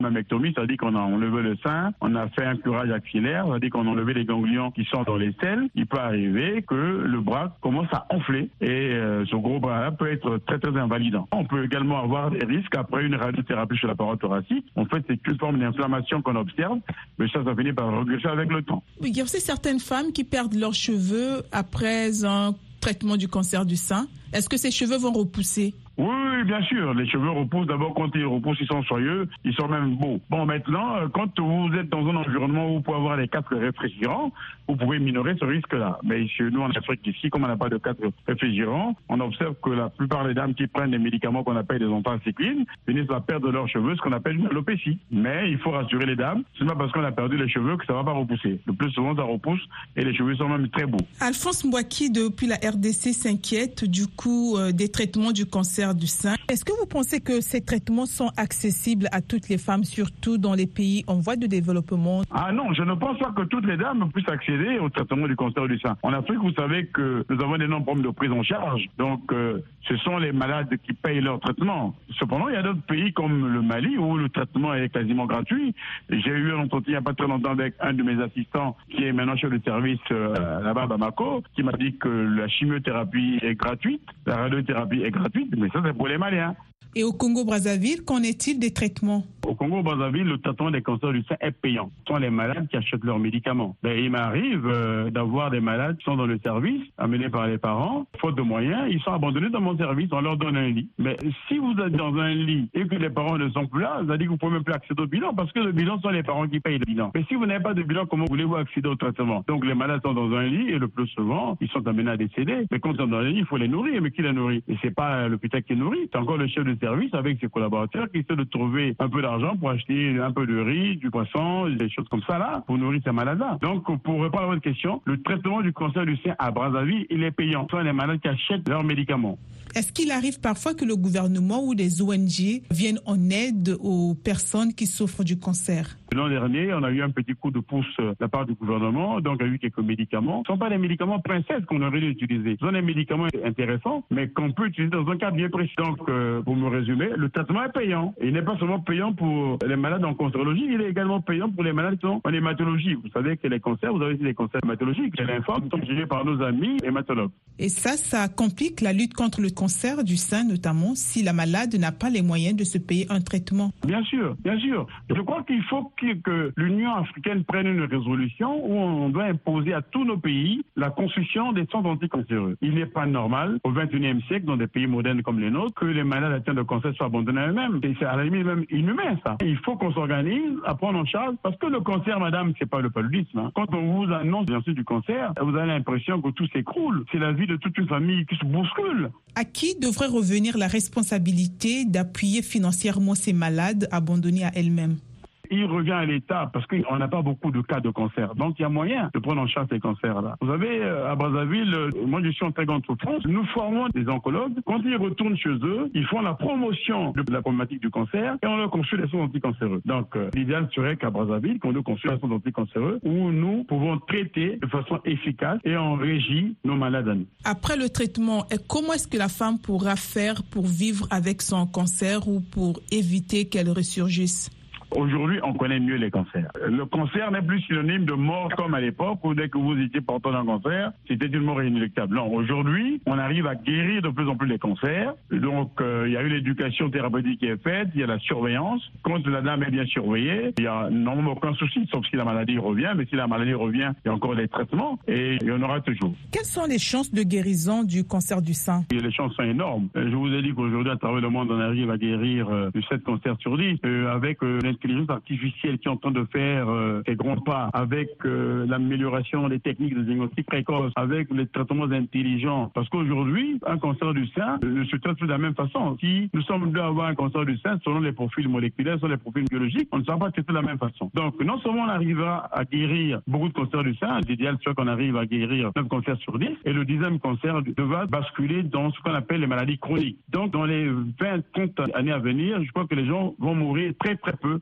Mammectomie, c'est-à-dire qu'on a enlevé le sein, on a fait un curage axillaire, c'est-à-dire qu'on a enlevé les ganglions qui sont dans les selles. Il peut arriver que le bras commence à enfler et ce gros bras-là peut être très très invalidant. On peut également avoir des risques après une radiothérapie sur la paroi thoracique. En fait, c'est une forme d'inflammation qu'on observe, mais ça finit par regresser avec le temps. Oui, il y a aussi certaines femmes qui perdent leurs cheveux après un traitement du cancer du sein. Est-ce que ces cheveux vont repousser? Oui, bien sûr. Les cheveux repoussent. D'abord, quand ils repoussent, ils sont soyeux, ils sont même beaux. Bon, maintenant, quand vous êtes dans un environnement où vous pouvez avoir les casques réfrigérants, vous pouvez minorer ce risque-là. Mais chez nous, en Afrique, ici, comme on n'a pas de casque réfrigérant, on observe que la plupart des dames qui prennent des médicaments qu'on appelle des anthracyclines finissent par perdre leurs cheveux, ce qu'on appelle une alopécie. Mais il faut rassurer les dames, c'est pas parce qu'on a perdu les cheveux que ça va pas repousser. Le plus souvent, ça repousse et les cheveux sont même très beaux. Alphonse Mbouaki, depuis la RDC, s'inquiète du coût des traitements du cancer du sein. Est-ce que vous pensez que ces traitements sont accessibles à toutes les femmes, surtout dans les pays en voie de développement? Ah non, je ne pense pas que toutes les dames puissent accéder au traitement du cancer du sein. En Afrique, vous savez que nous avons d'énormes problèmes de prise en charge. Donc, ce sont les malades qui payent leur traitement. Cependant, il y a d'autres pays comme le Mali où le traitement est quasiment gratuit. J'ai eu un entretien il n'y a pas très longtemps avec un de mes assistants qui est maintenant chef de service là-bas à Bamako, qui m'a dit que la chimiothérapie est gratuite, la radiothérapie est gratuite, mais ça c'est pour les Maliens. Et au Congo-Brazzaville, qu'en est-il des traitements? Au Congo-Brazzaville, le traitement des cancers du sein est payant. Ce sont les malades qui achètent leurs médicaments. Il m'arrive d'avoir des malades qui sont dans le service, amenés par les parents, faute de moyens, ils sont abandonnés dans mon service, on leur donne un lit. Mais si vous êtes dans un lit et que les parents ne sont plus là, ça veut dire que vous ne pouvez même plus accéder au bilan, parce que le bilan sont les parents qui payent le bilan. Mais si vous n'avez pas de bilan, comment voulez-vous accéder au traitement? Donc les malades sont dans un lit et le plus souvent, ils sont amenés à décéder. Mais quand ils sont dans un lit, il faut les nourrir. Mais qui les nourrit? Et c'est pas l'hôpital qui nourrit, c'est encore le chef de service avec ses collaborateurs qui essaient de trouver un peu d'argent pour acheter un peu de riz, du poisson, des choses comme ça là, pour nourrir ces malades-là. Donc, pour répondre à votre question, le traitement du cancer du sein à Brazzaville, il est payant. Ce sont les malades qui achètent leurs médicaments. Est-ce qu'il arrive parfois que le gouvernement ou des ONG viennent en aide aux personnes qui souffrent du cancer? L'an dernier, on a eu un petit coup de pouce de la part du gouvernement, donc il y a eu quelques médicaments. Ce ne sont pas des médicaments princesses qu'on aurait dû utiliser. Ce sont des médicaments intéressants, mais qu'on peut utiliser dans un cadre bien précis. Donc, pour me résumer, le traitement est payant. Il n'est pas seulement payant pour les malades en cancérologie, il est également payant pour les malades qui sont en hématologie. Vous savez que les cancers, vous avez aussi des cancers hématologiques. Les lymphomes sont gérés par nos amis hématologues. Et ça complique la lutte contre le cancer du sein, notamment si la malade n'a pas les moyens de se payer un traitement. Bien sûr, bien sûr. Je crois qu'il faut que l'Union africaine prenne une résolution où on doit imposer à tous nos pays la construction des centres anticancéreux. Il n'est pas normal, au XXIe siècle, dans des pays modernes comme les nôtres, que les malades atteints de cancer soient abandonnés à eux-mêmes. Et c'est à la limite même inhumain, ça. Il faut qu'on s'organise à prendre en charge, parce que le cancer, madame, c'est pas le paludisme. Hein. Quand on vous annonce bien sûr du cancer, vous avez l'impression que tout s'écroule. C'est la vie de toute une famille qui se bouscule. À qui devrait revenir la responsabilité d'appuyer financièrement ces malades abandonnés à elles-mêmes? Il revient à l'État parce qu'on n'a pas beaucoup de cas de cancer. Donc, il y a moyen de prendre en charge ces cancers-là. Vous savez, à Brazzaville, moi, je suis en très grande souffrance. Nous formons des oncologues. Quand ils retournent chez eux, ils font la promotion de la problématique du cancer et on leur construit des soins anticancéreux. Donc, l'idéal serait qu'à Brazzaville, qu'on nous construise des soins anticancéreux où nous pouvons traiter de façon efficace et en régie nos malades à nous. Après le traitement, comment est-ce que la femme pourra faire pour vivre avec son cancer ou pour éviter qu'elle ressurgisse? Aujourd'hui, on connaît mieux les cancers. Le cancer n'est plus synonyme de mort comme à l'époque où dès que vous étiez porteur d'un cancer, c'était une mort inéluctable. Non, aujourd'hui, on arrive à guérir de plus en plus les cancers. Donc, il y a eu l'éducation thérapeutique qui est faite, il y a la surveillance. Quand la dame est bien surveillée, il n'y a normalement aucun souci, sauf si la maladie revient. Mais si la maladie revient, il y a encore des traitements et il y en aura toujours. Quelles sont les chances de guérison du cancer du sein? Et les chances sont énormes. Je vous ai dit qu'aujourd'hui, à travers le monde, on arrive à guérir de 7 cancers sur 10 avec l'intelligence artificielle qui est en train de faire des grands pas, avec l'amélioration des techniques de diagnostic précoce, avec les traitements intelligents. Parce qu'aujourd'hui, un cancer du sein ne se traite plus de la même façon. Si nous sommes deux à avoir un cancer du sein, selon les profils moléculaires, selon les profils biologiques, on ne sera pas traité de la même façon. Donc, non seulement on arrivera à guérir beaucoup de cancers du sein, l'idéal serait qu'on arrive à guérir 9 cancers sur 10, et le 10e cancer devra basculer dans ce qu'on appelle les maladies chroniques. Donc, dans les 20-30 années à venir, je crois que les gens vont mourir très très peu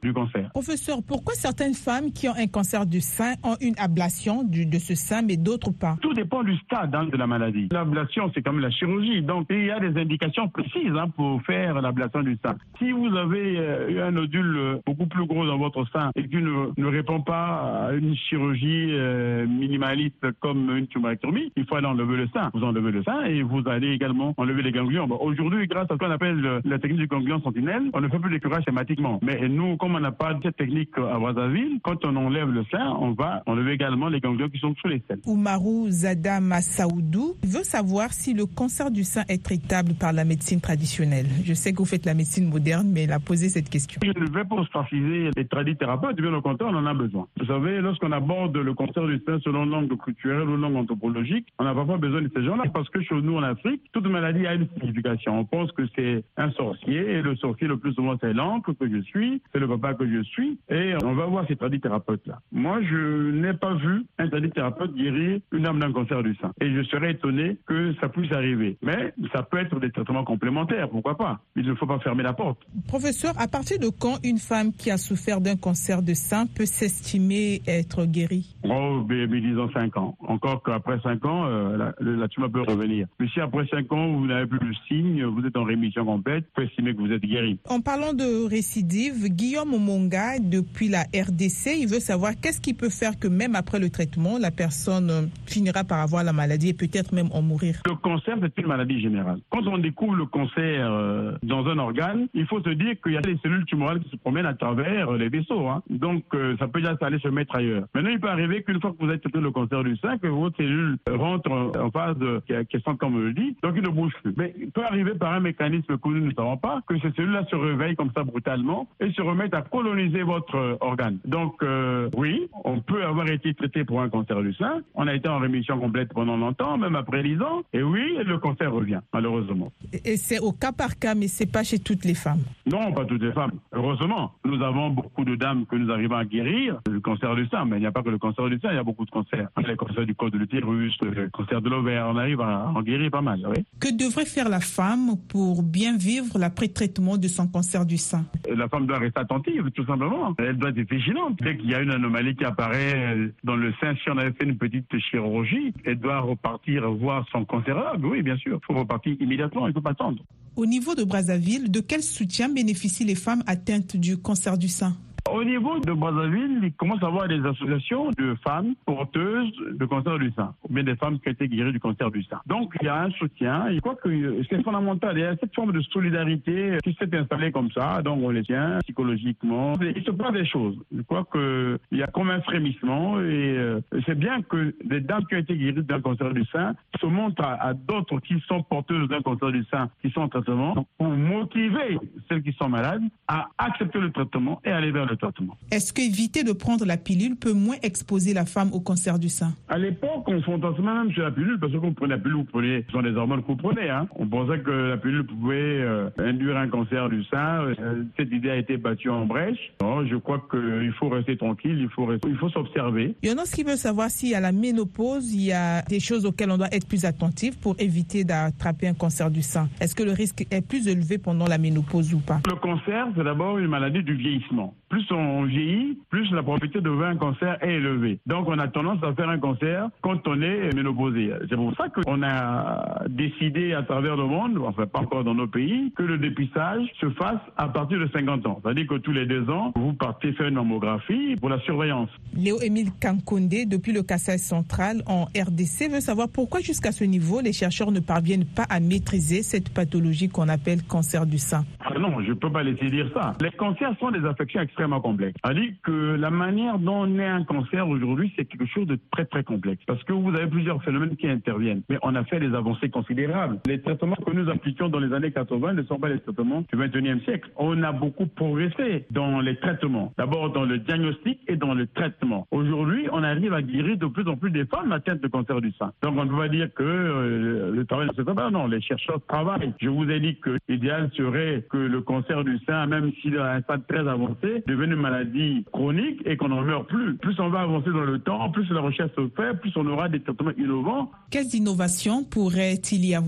du cancer. Professeur, pourquoi certaines femmes qui ont un cancer du sein ont une ablation de ce sein, mais d'autres pas? Tout dépend du stade de la maladie. L'ablation, c'est comme la chirurgie. Donc, il y a des indications précises pour faire l'ablation du sein. Si vous avez eu un nodule beaucoup plus gros dans votre sein et qui ne répond pas à une chirurgie minimaliste comme une tumorectomie, il faut aller enlever le sein. Vous enlevez le sein et vous allez également enlever les ganglions. Bon, aujourd'hui, grâce à ce qu'on appelle la technique du ganglion sentinelle, on ne fait plus de curage schématiquement. Mais nous, comme on n'a pas cette technique à Brazzaville, quand on enlève le sein, on va enlever également les ganglions qui sont sous les selles. Oumarou Zada Massaoudou veut savoir si le cancer du sein est traitable par la médecine traditionnelle. Je sais que vous faites la médecine moderne, mais il a posé cette question. Je ne vais pas ostraciser les tradithérapeutes, bien au contraire, on en a besoin. Vous savez, lorsqu'on aborde le cancer du sein selon l'angle culturel ou l'angle anthropologique, on n'a pas besoin de ces gens-là parce que chez nous en Afrique, toute maladie a une signification. On pense que c'est un sorcier et le sorcier le plus souvent c'est l'oncle que je suis, c'est le papa que je suis et on va voir ces tradithérapeutes-là. Moi, je n'ai pas vu un tradithérapeute guérir une âme d'un cancer du sein et je serais étonné que ça puisse arriver. Mais ça peut être des traitements complémentaires, pourquoi pas. Il ne faut pas fermer la porte. Professeur, à partir de quand une femme qui a souffert d'un cancer de sein peut s'estimer être guérie? Oh, mais disons 5 ans. Encore qu'après 5 ans, la tumeur peut revenir. Mais si après 5 ans, vous n'avez plus de signes, vous êtes en rémission complète, vous pouvez estimer que vous êtes guéri. En parlant de récidive, Guillaume Omonga, depuis la RDC, il veut savoir qu'est-ce qui peut faire que même après le traitement, la personne finira par avoir la maladie et peut-être même en mourir. Le cancer, c'est une maladie générale. Quand on découvre le cancer dans un organe, il faut se dire qu'il y a des cellules tumorales qui se promènent à travers les vaisseaux. Donc, ça peut déjà aller se mettre ailleurs. Maintenant, il peut arriver qu'une fois que vous avez traité le cancer du sein, que votre cellule rentre en phase quiescente, comme on le dit, donc il ne bouge plus. Mais il peut arriver par un mécanisme que nous ne savons pas, que ces cellules-là se réveillent comme ça brutalement et se remettent à coloniser votre organe. Donc, oui, on peut avoir été traité pour un cancer du sein. On a été en rémission complète pendant longtemps, même après 10 ans. Et oui, le cancer revient, malheureusement. Et c'est au cas par cas, mais c'est pas chez toutes les femmes. Non, pas toutes les femmes. Heureusement, nous avons beaucoup de dames que nous arrivons à guérir du cancer du sein. Mais il n'y a pas que le cancer du sein, il y a beaucoup de cancers. Les cancers du col de l'utérus, le cancer de l'ovaire, on arrive à en guérir pas mal. Oui. Que devrait faire la femme pour bien vivre l'après-traitement de son cancer du sein? La femme doit rester attentive, tout simplement. Elle doit être vigilante. Dès qu'il y a une anomalie qui apparaît dans le sein, si on avait fait une petite chirurgie, elle doit repartir voir son cancérologue. Oui, bien sûr. Il faut repartir immédiatement, il ne faut pas attendre. Au niveau de Brazzaville, de quel soutien bénéficient les femmes atteintes du cancer du sein? Au niveau de Brazzaville, il commence à y avoir des associations de femmes porteuses de cancer du sein, ou bien des femmes qui ont été guéries du cancer du sein. Donc, il y a un soutien. Je crois que c'est fondamental. Il y a cette forme de solidarité qui s'est installée comme ça. Donc, on les tient psychologiquement. Il se passe des choses. Je crois qu'il y a comme un frémissement et c'est bien que des dames qui ont été guéries d'un cancer du sein se montrent à d'autres qui sont porteuses d'un cancer du sein, qui sont en traitement, pour motiver celles qui sont malades à accepter le traitement et aller vers le traitement. Est-ce qu'éviter de prendre la pilule peut moins exposer la femme au cancer du sein? À l'époque, on fantasmait même sur la pilule, parce que quand vous prenez la pilule, vous prenez, ce sont des hormones que vous prenez. On pensait que la pilule pouvait induire un cancer du sein. Cette idée a été battue en brèche. Non, je crois qu'il faut rester tranquille, il faut s'observer. Il y en a qui veulent savoir si à la ménopause, il y a des choses auxquelles on doit être plus attentif pour éviter d'attraper un cancer du sein. Est-ce que le risque est plus élevé pendant la ménopause ou pas? Le cancer, c'est d'abord une maladie du vieillissement. Plus on vieillit, plus la probabilité de voir un cancer est élevée. Donc, on a tendance à faire un cancer quand on est ménopausé. C'est pour ça qu'on a décidé à travers le monde, enfin pas encore dans nos pays, que le dépistage se fasse à partir de 50 ans. C'est-à-dire que tous les 2 ans, vous partez faire une mammographie pour la surveillance. Léo-Émile Kankonde, depuis le Kasaï central en RDC, veut savoir pourquoi jusqu'à ce niveau, les chercheurs ne parviennent pas à maîtriser cette pathologie qu'on appelle cancer du sein. Non, je ne peux pas laisser dire ça. Les cancers sont des affections extrêmement complexes. C'est-à-dire que la manière dont on est un cancer aujourd'hui, c'est quelque chose de très très complexe. Parce que vous avez plusieurs phénomènes qui interviennent. Mais on a fait des avancées considérables. Les traitements que nous appliquions dans les années 80 ne sont pas les traitements du 21e siècle. On a beaucoup progressé dans les traitements. D'abord dans le diagnostic et dans le traitement. Aujourd'hui, on arrive à guérir de plus en plus des femmes atteintes de cancer du sein. Donc on ne peut pas dire que le travail ne se fait pas. Non, les chercheurs travaillent. Je vous ai dit que l'idéal serait que le cancer du sein, même s'il est à un stade très avancé, devienne une maladie chronique et qu'on n'en meurt plus. Plus on va avancer dans le temps, plus la recherche se fait, plus on aura des traitements innovants. Quelles innovations pourrait-il y avoir?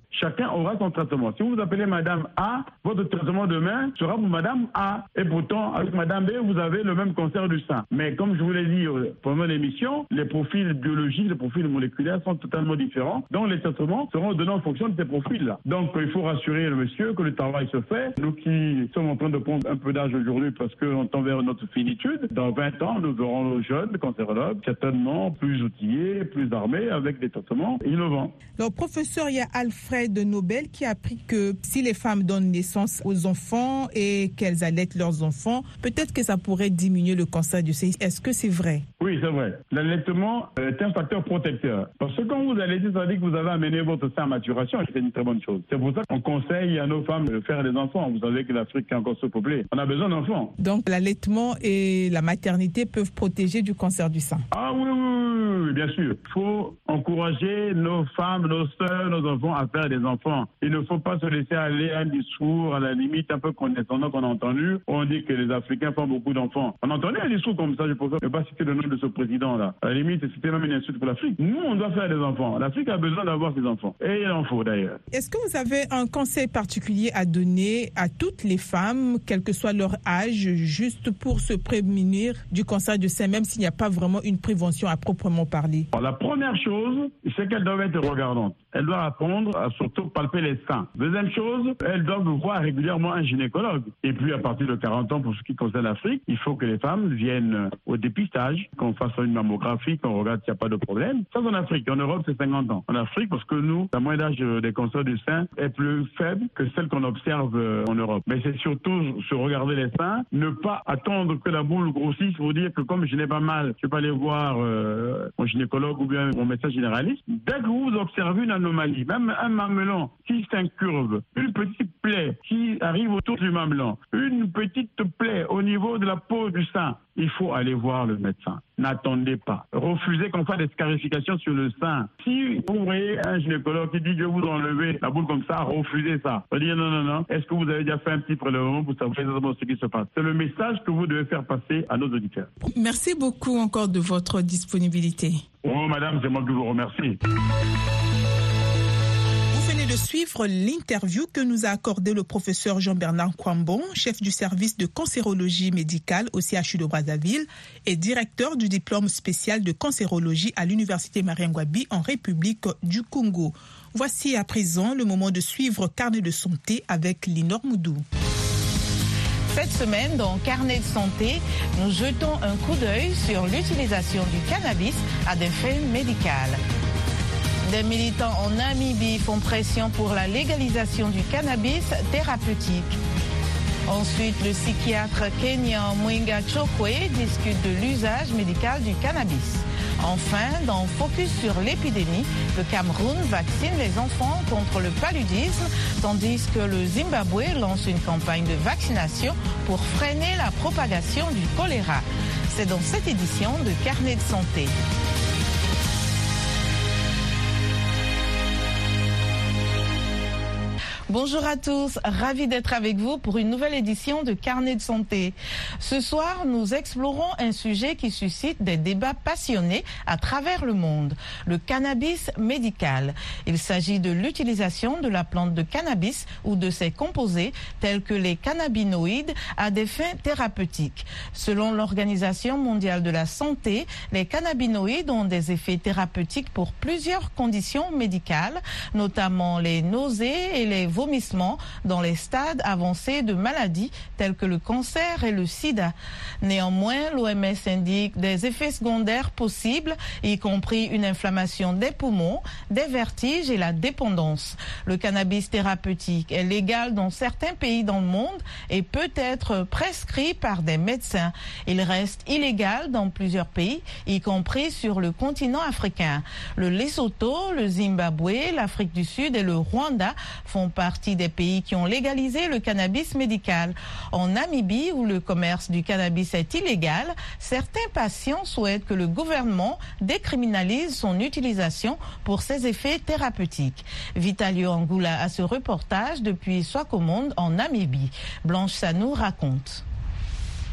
Chacun aura son traitement. Si vous appelez Madame A, votre traitement demain sera pour Madame A. Et pourtant, avec Madame B, vous avez le même cancer du sein. Mais comme je vous l'ai dit pendant l'émission, les profils biologiques, les profils moléculaires sont totalement différents. Donc les traitements seront donnés en fonction de ces profils-là. Donc il faut rassurer le monsieur que le travail se fait. Nous qui sommes en train de prendre un peu d'âge aujourd'hui parce qu'on tend vers notre finitude, dans 20 ans, nous aurons nos jeunes cancérologues, certainement plus outillés, plus armés, avec des traitements innovants. Alors, professeur, il y a Alfred Nobel qui a appris que si les femmes donnent naissance aux enfants et qu'elles allaitent leurs enfants, peut-être que ça pourrait diminuer le cancer du sein. Est-ce que c'est vrai? Oui, c'est vrai. L'allaitement est un facteur protecteur. Parce que quand vous allaitez, ça veut dire que vous avez amené votre sein à maturation. C'est une très bonne chose. C'est pour ça qu'on conseille à nos femmes de faire des enfants. Vous savez que l'Afrique est encore sous-peuplée. On a besoin d'enfants. Donc l'allaitement et la maternité peuvent protéger du cancer du sein. Ah oui, bien sûr. Il faut encourager nos femmes, nos sœurs, nos enfants à faire des enfants. Il ne faut pas se laisser aller à un discours, à la limite, un peu condescendant qu'on a entendu. On dit que les Africains font beaucoup d'enfants. On entendait un discours comme ça, je préfère ne pas citer le nom de ce président-là. À la limite, c'était même une insulte pour l'Afrique. Nous, on doit faire des enfants. L'Afrique a besoin d'avoir ses enfants. Et il en faut d'ailleurs. Est-ce que vous avez un conseil particulier à donner à toutes les femmes, quel que soit leur âge, juste pour se prémunir du cancer du sein, même s'il n'y a pas vraiment une prévention à proprement parler? Alors, la première chose, c'est qu'elles doivent être regardantes. Elles doivent apprendre à surtout palper les seins. Deuxième chose, elles doivent voir régulièrement un gynécologue. Et puis, à partir de 40 ans, pour ce qui concerne l'Afrique, il faut que les femmes viennent au dépistage, qu'on fasse une mammographie, qu'on regarde s'il n'y a pas de problème. Ça, c'est en Afrique. En Europe, c'est 50 ans. En Afrique, parce que nous, la moyenne d'âge des cancers du sein est plus faible que celle qu'on observe en Europe. Mais c'est surtout se regarder les seins, ne pas attendre que la boule grossisse pour dire que comme je n'ai pas mal, je peux aller voir mon gynécologue ou bien mon médecin généraliste. Dès que vous observez une anomalie, même un mamelon qui s'incurve, une petite plaie qui arrive autour du mamelon, une petite plaie au niveau de la peau du sein, il faut aller voir le médecin. N'attendez pas. Refusez qu'on fasse des scarifications sur le sein. Si vous voyez un gynécologue qui dit je vais vous enlever la boule comme ça, refusez ça. Vous dire non. Est-ce que vous avez déjà fait un petit prélèvement pour savoir exactement ce qui se passe? C'est le message que vous devez faire passer à nos auditeurs. Merci beaucoup encore de votre disponibilité. Oh madame, c'est moi qui vous remercie. De suivre l'interview que nous a accordé le professeur Jean-Bernard Kwambon, chef du service de cancérologie médicale au CHU de Brazzaville et directeur du diplôme spécial de cancérologie à l'université Mariangouabi en République du Congo. Voici à présent le moment de suivre Carnet de santé avec Linor Moudou. Cette semaine, dans Carnet de santé, nous jetons un coup d'œil sur l'utilisation du cannabis à des fins médicales. Des militants en Namibie font pression pour la légalisation du cannabis thérapeutique. Ensuite, le psychiatre kenyan Mwinga Chokwe discute de l'usage médical du cannabis. Enfin, dans Focus sur l'épidémie, le Cameroun vaccine les enfants contre le paludisme, tandis que le Zimbabwe lance une campagne de vaccination pour freiner la propagation du choléra. C'est dans cette édition de Carnet de santé. Bonjour à tous, ravi d'être avec vous pour une nouvelle édition de Carnet de santé. Ce soir, nous explorons un sujet qui suscite des débats passionnés à travers le monde, le cannabis médical. Il s'agit de l'utilisation de la plante de cannabis ou de ses composés tels que les cannabinoïdes à des fins thérapeutiques. Selon l'Organisation mondiale de la santé, les cannabinoïdes ont des effets thérapeutiques pour plusieurs conditions médicales, notamment les nausées et les vomissements dans les stades avancés de maladies telles que le cancer et le sida. Néanmoins, l'OMS indique des effets secondaires possibles, y compris une inflammation des poumons, des vertiges et la dépendance. Le cannabis thérapeutique est légal dans certains pays dans le monde et peut être prescrit par des médecins. Il reste illégal dans plusieurs pays, y compris sur le continent africain. Le Lesotho, le Zimbabwe, l'Afrique du Sud et le Rwanda font partie des pays qui ont légalisé le cannabis médical. En Namibie, où le commerce du cannabis est illégal, certains patients souhaitent que le gouvernement décriminalise son utilisation pour ses effets thérapeutiques. Vitalio Angula a ce reportage depuis Swakopmund en Namibie. Blanche Sanou raconte.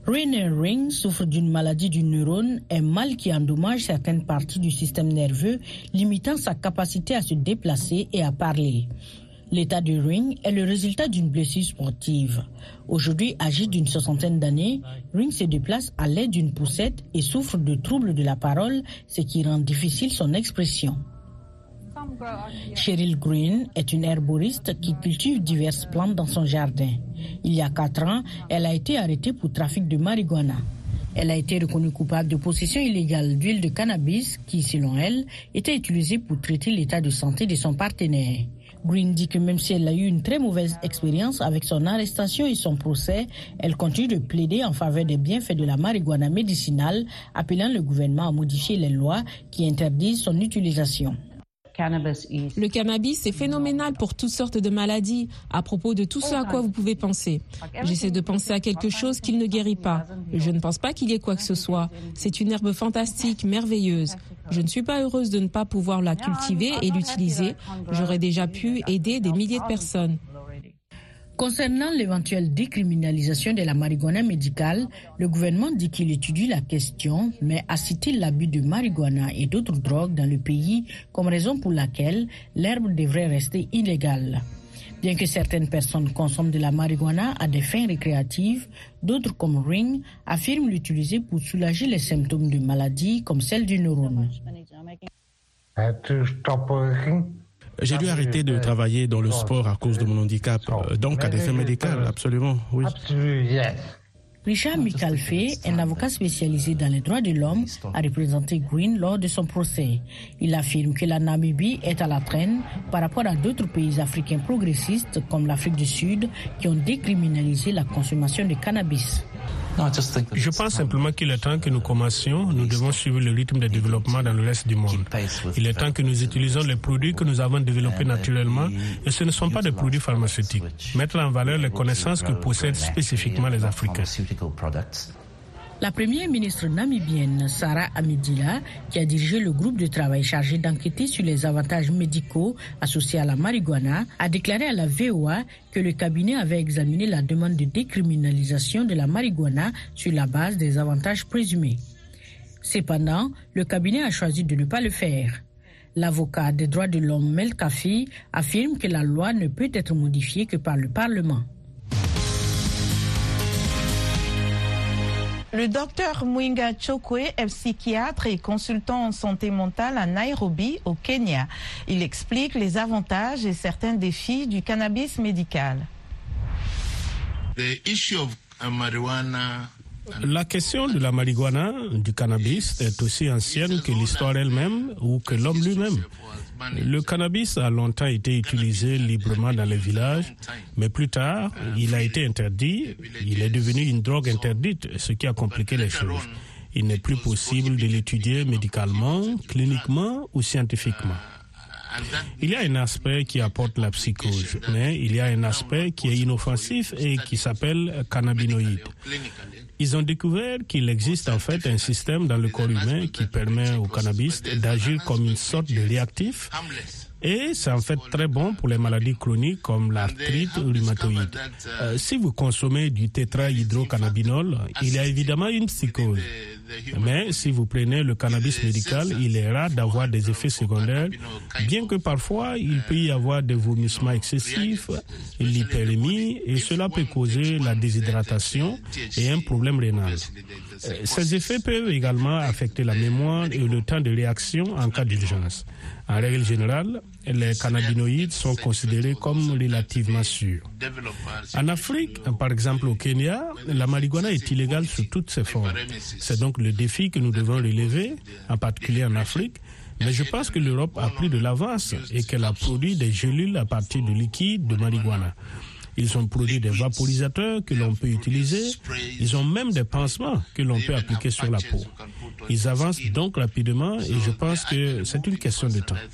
Rainer Ring souffre d'une maladie du neurone, un mal qui endommage certaines parties du système nerveux, limitant sa capacité à se déplacer et à parler. L'état de Ring est le résultat d'une blessure sportive. Aujourd'hui, âgé d'une 60aine d'années, Ring se déplace à l'aide d'une poussette et souffre de troubles de la parole, ce qui rend difficile son expression. Cheryl Green est une herboriste qui cultive diverses plantes dans son jardin. Il y a 4 ans, elle a été arrêtée pour trafic de marijuana. Elle a été reconnue coupable de possession illégale d'huile de cannabis qui, selon elle, était utilisée pour traiter l'état de santé de son partenaire. Green dit que même si elle a eu une très mauvaise expérience avec son arrestation et son procès, elle continue de plaider en faveur des bienfaits de la marijuana médicinale, appelant le gouvernement à modifier les lois qui interdisent son utilisation. Le cannabis est phénoménal pour toutes sortes de maladies, à propos de tout ce à quoi vous pouvez penser. J'essaie de penser à quelque chose qu'il ne guérit pas. Je ne pense pas qu'il y ait quoi que ce soit. C'est une herbe fantastique, merveilleuse. Je ne suis pas heureuse de ne pas pouvoir la cultiver et l'utiliser. J'aurais déjà pu aider des milliers de personnes. Concernant l'éventuelle décriminalisation de la marijuana médicale, le gouvernement dit qu'il étudie la question, mais a cité l'abus de marijuana et d'autres drogues dans le pays comme raison pour laquelle l'herbe devrait rester illégale. Bien que certaines personnes consomment de la marijuana à des fins récréatives, d'autres comme Ring affirment l'utiliser pour soulager les symptômes de maladies comme celle du neurone. J'ai dû arrêter de travailler dans le sport à cause de mon handicap, donc à des fins médicales, absolument, oui. Richard Micalfé, un avocat spécialisé dans les droits de l'homme, a représenté Green lors de son procès. Il affirme que la Namibie est à la traîne par rapport à d'autres pays africains progressistes comme l'Afrique du Sud qui ont décriminalisé la consommation de cannabis. Je pense simplement qu'il est temps que nous commencions. Nous devons suivre le rythme de développement dans le reste du monde. Il est temps que nous utilisions les produits que nous avons développés naturellement et ce ne sont pas des produits pharmaceutiques. Mettre en valeur les connaissances que possèdent spécifiquement les Africains. La première ministre namibienne, Sarah Amidila, qui a dirigé le groupe de travail chargé d'enquêter sur les avantages médicaux associés à la marijuana, a déclaré à la VOA que le cabinet avait examiné la demande de décriminalisation de la marijuana sur la base des avantages présumés. Cependant, le cabinet a choisi de ne pas le faire. L'avocat des droits de l'homme Mel Kafi affirme que la loi ne peut être modifiée que par le Parlement. Le docteur Mwinga Chokwe est psychiatre et consultant en santé mentale à Nairobi, au Kenya. Il explique les avantages et certains défis du cannabis médical. La question de la marijuana, du cannabis, est aussi ancienne que l'histoire elle-même ou que l'homme lui-même. Le cannabis a longtemps été utilisé librement dans les villages, mais plus tard, il a été interdit. Il est devenu une drogue interdite, ce qui a compliqué les choses. Il n'est plus possible de l'étudier médicalement, cliniquement ou scientifiquement. Il y a un aspect qui apporte la psychose, mais il y a un aspect qui est inoffensif et qui s'appelle cannabinoïde. Ils ont découvert qu'il existe en fait un système dans le corps humain qui permet au cannabis d'agir comme une sorte de réactif et c'est en fait très bon pour les maladies chroniques comme l'arthrite rhumatoïde. Si vous consommez du tétrahydrocannabinol, il y a évidemment une psychose. Mais si vous prenez le cannabis médical, il est rare d'avoir des effets secondaires, bien que parfois il peut y avoir des vomissements excessifs, l'hyperémie, et cela peut causer la déshydratation et un problème rénal. Ces effets peuvent également affecter la mémoire et le temps de réaction en cas d'urgence. En règle générale, les cannabinoïdes sont considérés comme relativement sûrs. En Afrique, par exemple au Kenya, la marijuana est illégale sous toutes ses formes. C'est donc le défi que nous devons relever, en particulier en Afrique. Mais je pense que l'Europe a pris de l'avance et qu'elle a produit des gélules à partir de liquide de marijuana. Ils ont produit des vaporisateurs que l'on peut utiliser. Ils ont même des pansements que l'on peut appliquer sur la peau. Ils avancent donc rapidement et je pense que c'est une question de temps.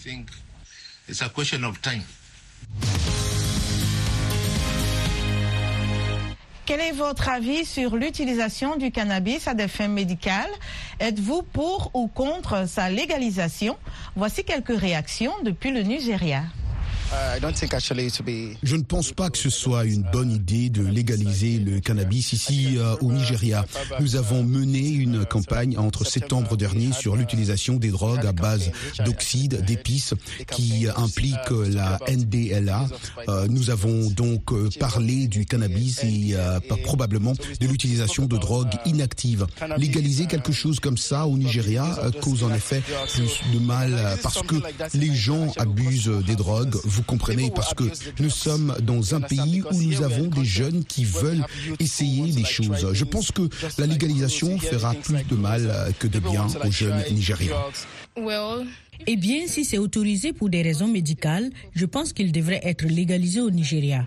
Quel est votre avis sur l'utilisation du cannabis à des fins médicales? Êtes-vous pour ou contre sa légalisation? Voici quelques réactions depuis le Nigeria. Je ne pense pas que ce soit une bonne idée de légaliser le cannabis ici au Nigeria. Nous avons mené une campagne entre septembre dernier sur l'utilisation des drogues à base d'oxyde d'épices qui implique la NDLA. Nous avons donc parlé du cannabis et probablement de l'utilisation de drogues inactives. Légaliser quelque chose comme ça au Nigeria cause en effet plus de mal parce que les gens abusent des drogues, vous comprenez, parce que nous sommes dans un pays où nous avons des jeunes qui veulent essayer des choses. Je pense que la légalisation fera plus de mal que de bien aux jeunes Nigériens. Eh bien, si c'est autorisé pour des raisons médicales, je pense qu'il devrait être légalisé au Nigeria.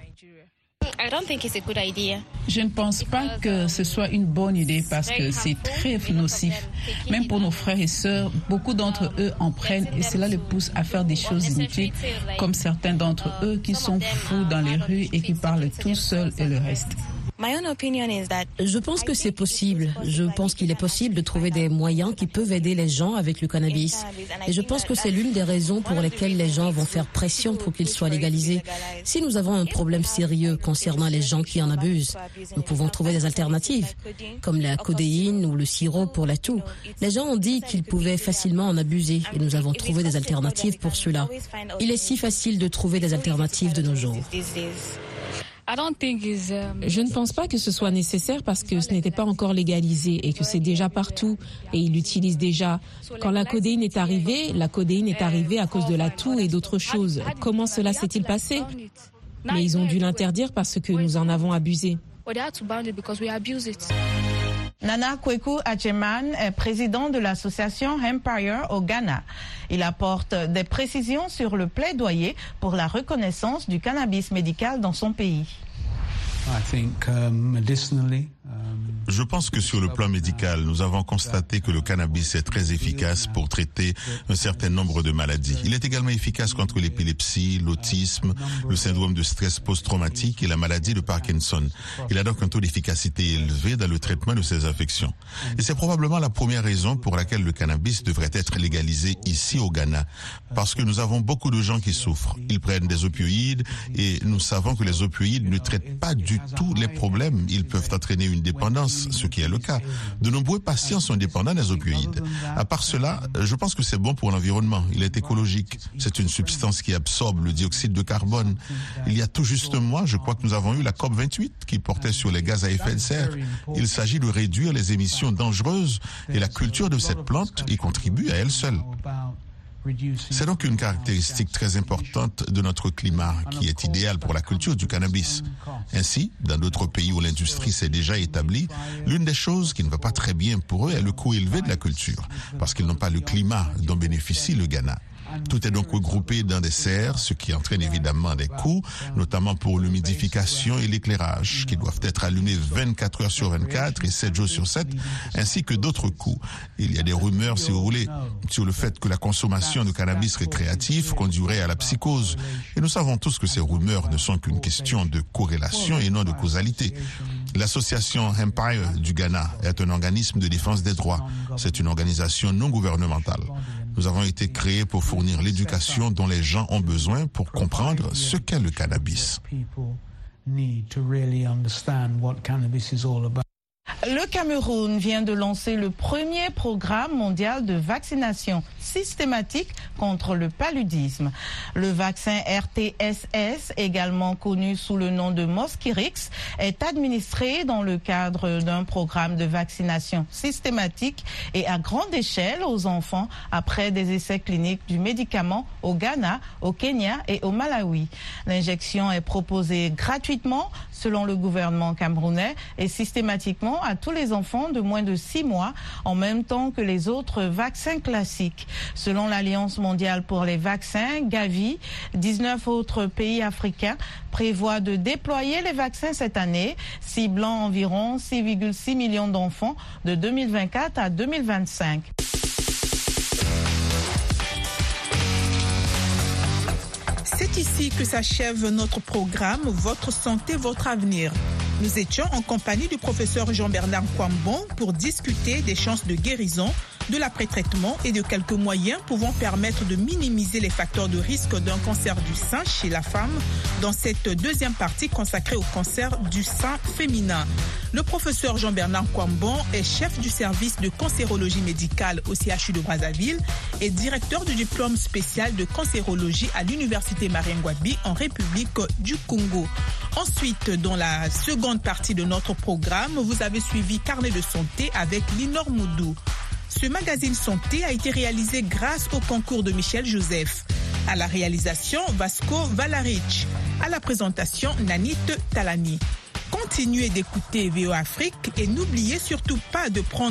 Je ne pense pas que ce soit une bonne idée parce que c'est très nocif. Même pour nos frères et sœurs, beaucoup d'entre eux en prennent et cela les pousse à faire des choses inutiles, comme certains d'entre eux qui sont fous dans les rues et qui parlent tout seuls et le reste. Je pense que c'est possible. Je pense qu'il est possible de trouver des moyens qui peuvent aider les gens avec le cannabis. Et je pense que c'est l'une des raisons pour lesquelles les gens vont faire pression pour qu'il soit légalisé. Si nous avons un problème sérieux concernant les gens qui en abusent, nous pouvons trouver des alternatives, comme la codéine ou le sirop pour la toux. Les gens ont dit qu'ils pouvaient facilement en abuser et nous avons trouvé des alternatives pour cela. Il est si facile de trouver des alternatives de nos jours. Je ne pense pas que ce soit nécessaire parce que ce n'était pas encore légalisé et que c'est déjà partout et ils l'utilisent déjà. Quand la codéine est arrivée à cause de la toux et d'autres choses. Comment cela s'est-il passé? Mais ils ont dû l'interdire parce que nous en avons abusé. Nana Kweku Acheman est président de l'association Empire au Ghana. Il apporte des précisions sur le plaidoyer pour la reconnaissance du cannabis médical dans son pays. Je pense que sur le plan médical, nous avons constaté que le cannabis est très efficace pour traiter un certain nombre de maladies. Il est également efficace contre l'épilepsie, l'autisme, le syndrome de stress post-traumatique et la maladie de Parkinson. Il a donc un taux d'efficacité élevé dans le traitement de ces affections. Et c'est probablement la première raison pour laquelle le cannabis devrait être légalisé ici au Ghana. Parce que nous avons beaucoup de gens qui souffrent. Ils prennent des opioïdes et nous savons que les opioïdes ne traitent pas du tout les problèmes. Ils peuvent entraîner une dépendance, ce qui est le cas. De nombreux patients sont dépendants des opioïdes. À part cela, je pense que c'est bon pour l'environnement. Il est écologique. C'est une substance qui absorbe le dioxyde de carbone. Il y a tout juste un mois, je crois que nous avons eu la COP28 qui portait sur les gaz à effet de serre. Il s'agit de réduire les émissions dangereuses et la culture de cette plante y contribue à elle seule. C'est donc une caractéristique très importante de notre climat qui est idéal pour la culture du cannabis. Ainsi, dans d'autres pays où l'industrie s'est déjà établie, l'une des choses qui ne va pas très bien pour eux est le coût élevé de la culture, parce qu'ils n'ont pas le climat dont bénéficie le Ghana. Tout est donc regroupé dans des serres, ce qui entraîne évidemment des coûts, notamment pour l'humidification et l'éclairage, qui doivent être allumés 24 heures sur 24 et 7 jours sur 7, ainsi que d'autres coûts. Il y a des rumeurs, si vous voulez, sur le fait que la consommation de cannabis récréatif conduirait à la psychose. Et nous savons tous que ces rumeurs ne sont qu'une question de corrélation et non de causalité. L'association Empire du Ghana est un organisme de défense des droits. C'est une organisation non gouvernementale. Nous avons été créés pour fournir l'éducation dont les gens ont besoin pour comprendre ce qu'est le cannabis. Le Cameroun vient de lancer le premier programme mondial de vaccination systématique contre le paludisme. Le vaccin RTSS, également connu sous le nom de Mosquirix, est administré dans le cadre d'un programme de vaccination systématique et à grande échelle aux enfants après des essais cliniques du médicament au Ghana, au Kenya et au Malawi. L'injection est proposée gratuitement selon le gouvernement camerounais et systématiquement à tous les enfants de moins de 6 mois en même temps que les autres vaccins classiques. Selon l'Alliance mondiale pour les vaccins, Gavi, 19 autres pays africains prévoient de déployer les vaccins cette année, ciblant environ 6,6 millions d'enfants de 2024 à 2025. C'est ici que s'achève notre programme Votre santé, votre avenir. Nous étions en compagnie du professeur Jean-Bernard Kwambon pour discuter des chances de guérison, de l'après-traitement et de quelques moyens pouvant permettre de minimiser les facteurs de risque d'un cancer du sein chez la femme dans cette deuxième partie consacrée au cancer du sein féminin. Le professeur Jean-Bernard Kwambon est chef du service de cancérologie médicale au CHU de Brazzaville et directeur du diplôme spécial de cancérologie à l'université Marien-Ngouabi en République du Congo. Ensuite, dans la seconde partie de notre programme, vous avez suivi Carnet de santé avec Linor Moudou. Ce magazine santé a été réalisé grâce au concours de Michel Joseph. À la réalisation, Vasco Valaric. À la présentation, Nanit Talani. Continuez d'écouter VOA Afrique et n'oubliez surtout pas de prendre